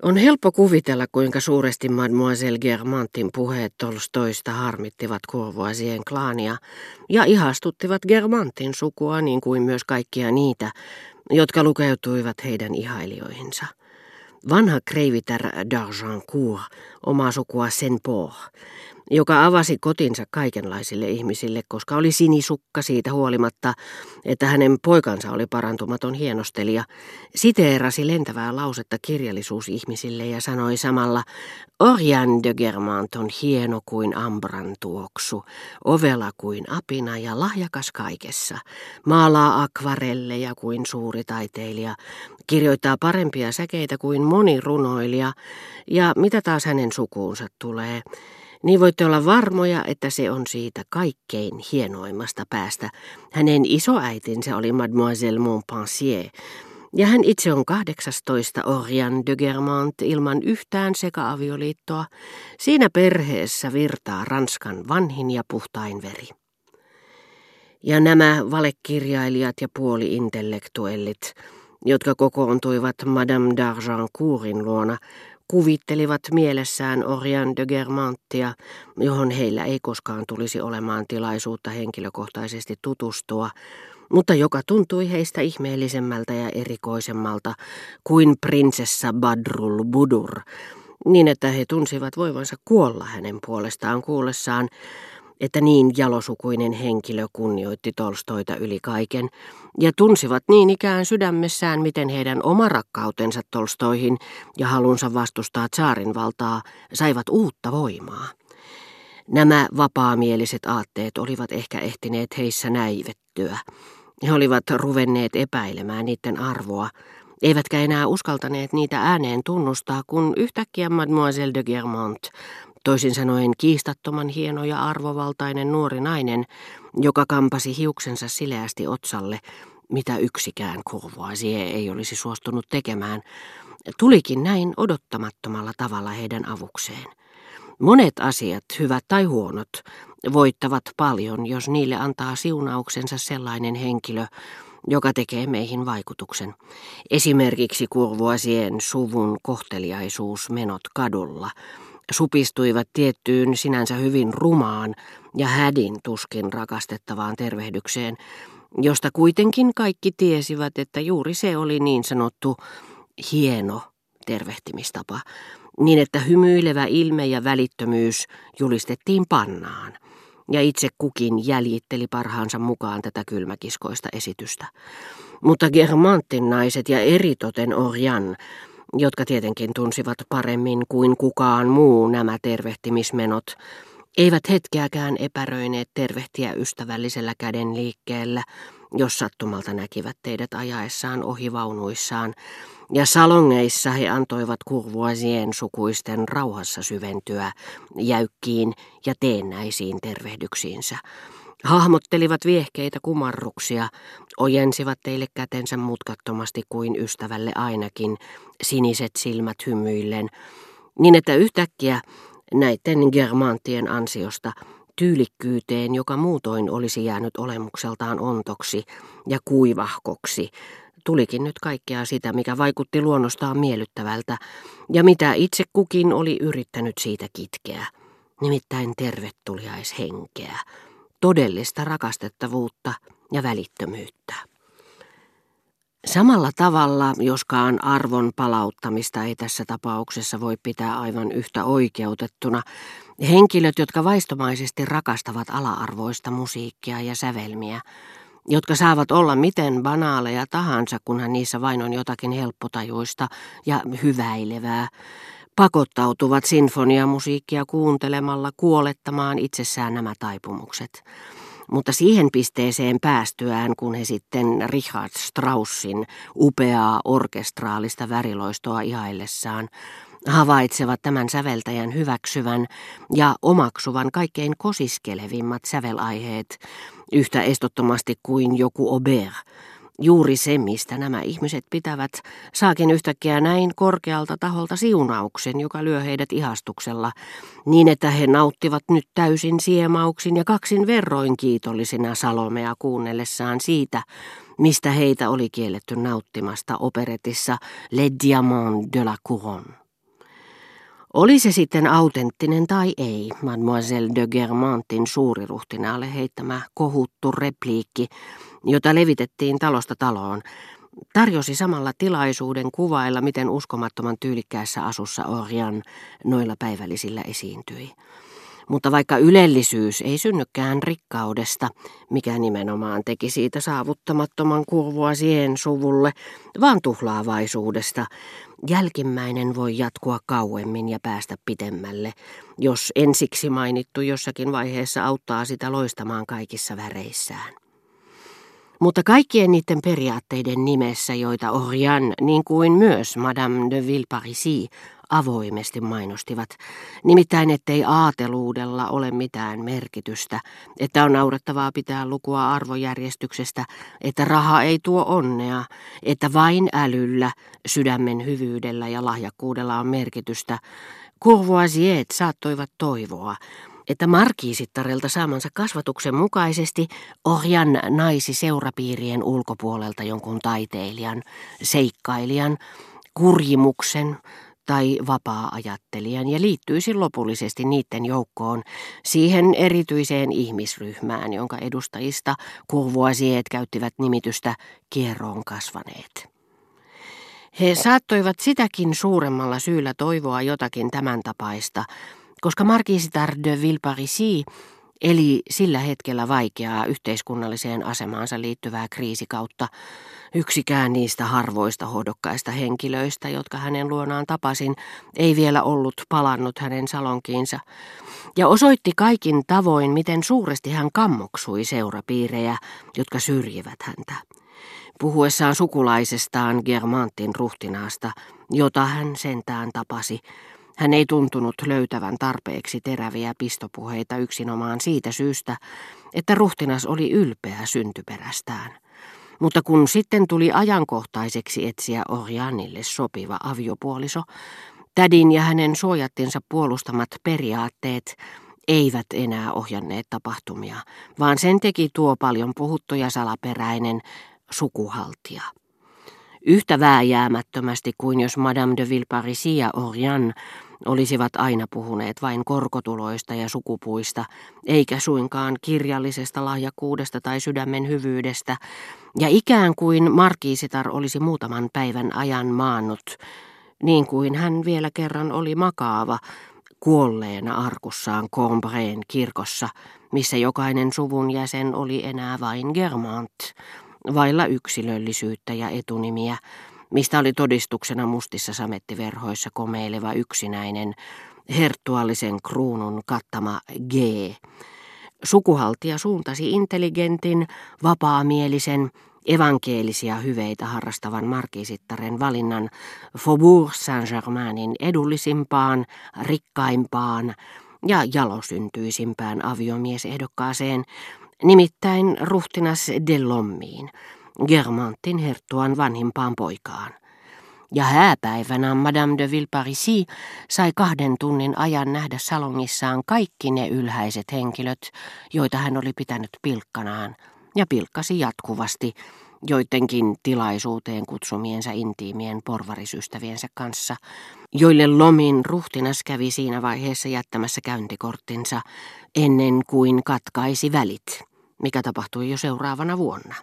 On helppo kuvitella, kuinka suuresti Mademoiselle Guermantin puheet Tolstoista harmittivat Courvoisien klaania ja ihastuttivat Guermantin sukua niin kuin myös kaikkia niitä, jotka lukeutuivat heidän ihailijoihinsa. Vanha kreivitär d'Argencourt, omaa sukua Senport, joka avasi kotinsa kaikenlaisille ihmisille, koska oli sinisukka siitä huolimatta, että hänen poikansa oli parantumaton hienostelija, siteerasi lentävää lausetta kirjallisuusihmisille ja sanoi samalla: Oriane de Guermantes on hieno kuin ambran tuoksu, ovela kuin apina ja lahjakas kaikessa, maalaa akvarelleja kuin suuri taiteilija, kirjoittaa parempia säkeitä kuin moni runoilija, ja mitä taas hänen sukuunsa tulee, niin voitte olla varmoja, että se on siitä kaikkein hienoimmasta päästä. Hänen isoäitinsä oli Mademoiselle Montpensier, ja hän itse on 18 Oriane de Guermantes ilman yhtään seka-avioliittoa. Siinä perheessä virtaa Ranskan vanhin ja puhtain veri. Ja nämä valekirjailijat ja puoli-intellektuellit, jotka kokoontuivat Madame d'Argencourtin luona, kuvittelivat mielessään Oriane de Guermantia, johon heillä ei koskaan tulisi olemaan tilaisuutta henkilökohtaisesti tutustua, mutta joka tuntui heistä ihmeellisemmältä ja erikoisemmalta kuin prinsessa Badrul Budur, niin että he tunsivat voivansa kuolla hänen puolestaan kuullessaan, että niin jalosukuinen henkilö kunnioitti Tolstoita yli kaiken, ja tunsivat niin ikään sydämessään, miten heidän oma rakkautensa Tolstoihin ja halunsa vastustaa tsaarin valtaa saivat uutta voimaa. Nämä vapaamieliset aatteet olivat ehkä ehtineet heissä näivettyä. He olivat ruvenneet epäilemään niiden arvoa, eivätkä enää uskaltaneet niitä ääneen tunnustaa, kun yhtäkkiä Mademoiselle de Guermantes, toisin sanoen kiistattoman hieno ja arvovaltainen nuori nainen, joka kampasi hiuksensa sileästi otsalle, mitä yksikään Courvoisier ei olisi suostunut tekemään, tulikin näin odottamattomalla tavalla heidän avukseen. Monet asiat, hyvät tai huonot, voittavat paljon, jos niille antaa siunauksensa sellainen henkilö, joka tekee meihin vaikutuksen. Esimerkiksi Courvoisien suvun kohteliaisuusmenot kadulla supistuivat tiettyyn sinänsä hyvin rumaan ja hädin tuskin rakastettavaan tervehdykseen, josta kuitenkin kaikki tiesivät, että juuri se oli niin sanottu hieno tervehtimistapa, niin että hymyilevä ilme ja välittömyys julistettiin pannaan, ja itse kukin jäljitteli parhaansa mukaan tätä kylmäkiskoista esitystä. Mutta Guermantin naiset ja eritoten Oriane, jotka tietenkin tunsivat paremmin kuin kukaan muu nämä tervehtimismenot, eivät hetkeäkään epäröineet tervehtiä ystävällisellä käden liikkeellä, jos sattumalta näkivät teidät ajaessaan ohi vaunuissaan, ja salongeissa he antoivat Courvoisien sukuisten rauhassa syventyä jäykkiin ja teennäisiin tervehdyksiinsä. Hahmottelivat viehkeitä kumarruksia, ojensivat teille kätensä mutkattomasti kuin ystävälle ainakin, siniset silmät hymyillen, niin että yhtäkkiä näiden Guermantien ansiosta tyylikkyyteen, joka muutoin olisi jäänyt olemukseltaan ontoksi ja kuivahkoksi, tulikin nyt kaikkea sitä, mikä vaikutti luonnostaan miellyttävältä ja mitä itse kukin oli yrittänyt siitä kitkeä, nimittäin tervetuliaishenkeä, todellista rakastettavuutta ja välittömyyttä. Samalla tavalla, joskaan arvon palauttamista ei tässä tapauksessa voi pitää aivan yhtä oikeutettuna, henkilöt, jotka vaistomaisesti rakastavat ala-arvoista musiikkia ja sävelmiä, jotka saavat olla miten banaaleja tahansa, kunhan niissä vain on jotakin helppotajuista ja hyväilevää, pakottautuvat sinfoniamusiikkia kuuntelemalla kuolettamaan itsessään nämä taipumukset. Mutta siihen pisteeseen päästyään, kun he sitten Richard Straussin upeaa orkestraalista väriloistoa ihaillessaan havaitsevat tämän säveltäjän hyväksyvän ja omaksuvan kaikkein kosiskelevimmat sävelaiheet yhtä estottomasti kuin joku Aubert, juuri se, mistä nämä ihmiset pitävät, saakin yhtäkkiä näin korkealta taholta siunauksen, joka lyö heidät ihastuksella, niin että he nauttivat nyt täysin siemauksin ja kaksin verroin kiitollisina Salomea kuunnellessaan siitä, mistä heitä oli kielletty nauttimasta operetissa Les Diamants de la Couronne. Oli se sitten autenttinen tai ei, Mademoiselle de Guermantin suuriruhtinaalle heittämä kohuttu repliikki, jota levitettiin talosta taloon, tarjosi samalla tilaisuuden kuvailla, miten uskomattoman tyylikkäässä asussa Orian noilla päivällisillä esiintyi. Mutta vaikka ylellisyys ei synnykään rikkaudesta, mikä nimenomaan teki siitä saavuttamattoman Courvoisien suvulle, vaan tuhlaavaisuudesta, jälkimmäinen voi jatkua kauemmin ja päästä pitemmälle, jos ensiksi mainittu jossakin vaiheessa auttaa sitä loistamaan kaikissa väreissään. Mutta kaikkien niiden periaatteiden nimessä, joita Orian, niin kuin myös Madame de Villeparisis, avoimesti mainostivat, nimittäin ettei aateluudella ole mitään merkitystä, että on naurettavaa pitää lukua arvojärjestyksestä, että raha ei tuo onnea, että vain älyllä, sydämen hyvyydellä ja lahjakkuudella on merkitystä, Courvoisiet saattoivat toivoa, että markiisittarelta saamansa kasvatuksen mukaisesti Orian naisi seurapiirien ulkopuolelta jonkun taiteilijan, seikkailijan, kurjimuksen tai vapaa-ajattelijan ja liittyisi lopullisesti niiden joukkoon siihen erityiseen ihmisryhmään, jonka edustajista Courvoisiet käyttivät nimitystä kierroon kasvaneet. He saattoivat sitäkin suuremmalla syyllä toivoa jotakin tämän tapaista, koska markiisitar de Villeparisis eli sillä hetkellä vaikeaa yhteiskunnalliseen asemaansa liittyvää kriisikautta, yksikään niistä harvoista hohdokkaista henkilöistä, jotka hänen luonaan tapasin, ei vielä ollut palannut hänen salonkiinsa, ja osoitti kaikin tavoin, miten suuresti hän kammoksui seurapiirejä, jotka syrjivät häntä. Puhuessaan sukulaisestaan Guermantin ruhtinaasta, jota hän sentään tapasi, hän ei tuntunut löytävän tarpeeksi teräviä pistopuheita yksinomaan siitä syystä, että ruhtinas oli ylpeä syntyperästään. Mutta kun sitten tuli ajankohtaiseksi etsiä Orianille sopiva aviopuoliso, tädin ja hänen suojattinsa puolustamat periaatteet eivät enää ohjanneet tapahtumia, vaan sen teki tuo paljon puhuttu ja salaperäinen sukuhaltija. Yhtä vääjäämättömästi kuin jos Madame de Villeparisis ja Orian olisivat aina puhuneet vain korkotuloista ja sukupuista, eikä suinkaan kirjallisesta lahjakkuudesta tai sydämen hyvyydestä, ja ikään kuin markiisitar olisi muutaman päivän ajan maannut, niin kuin hän vielä kerran oli makaava, kuolleena arkussaan Combreen kirkossa, missä jokainen suvun jäsen oli enää vain Guermant, vailla yksilöllisyyttä ja etunimiä, mistä oli todistuksena mustissa samettiverhoissa komeileva yksinäinen, herttuallisen kruunun kattama G. Sukuhaltija suuntasi intelligentin, vapaamielisen, evankelisia hyveitä harrastavan markiisittaren valinnan Faubourg Saint-Germainin edullisimpaan, rikkaimpaan ja jalosyntyisimpään aviomiesehdokkaaseen, nimittäin ruhtinas de Lommiin, Guermantin herttuan vanhimpaan poikaan. Ja hääpäivänä Madame de Villeparisis sai 2 tunnin ajan nähdä salongissaan kaikki ne ylhäiset henkilöt, joita hän oli pitänyt pilkkanaan, ja pilkkasi jatkuvasti joidenkin tilaisuuteen kutsumiensa intiimien porvarisystäviensä kanssa, joille Lomin ruhtinas kävi siinä vaiheessa jättämässä käyntikorttinsa ennen kuin katkaisi välit, mikä tapahtui jo seuraavana vuonna.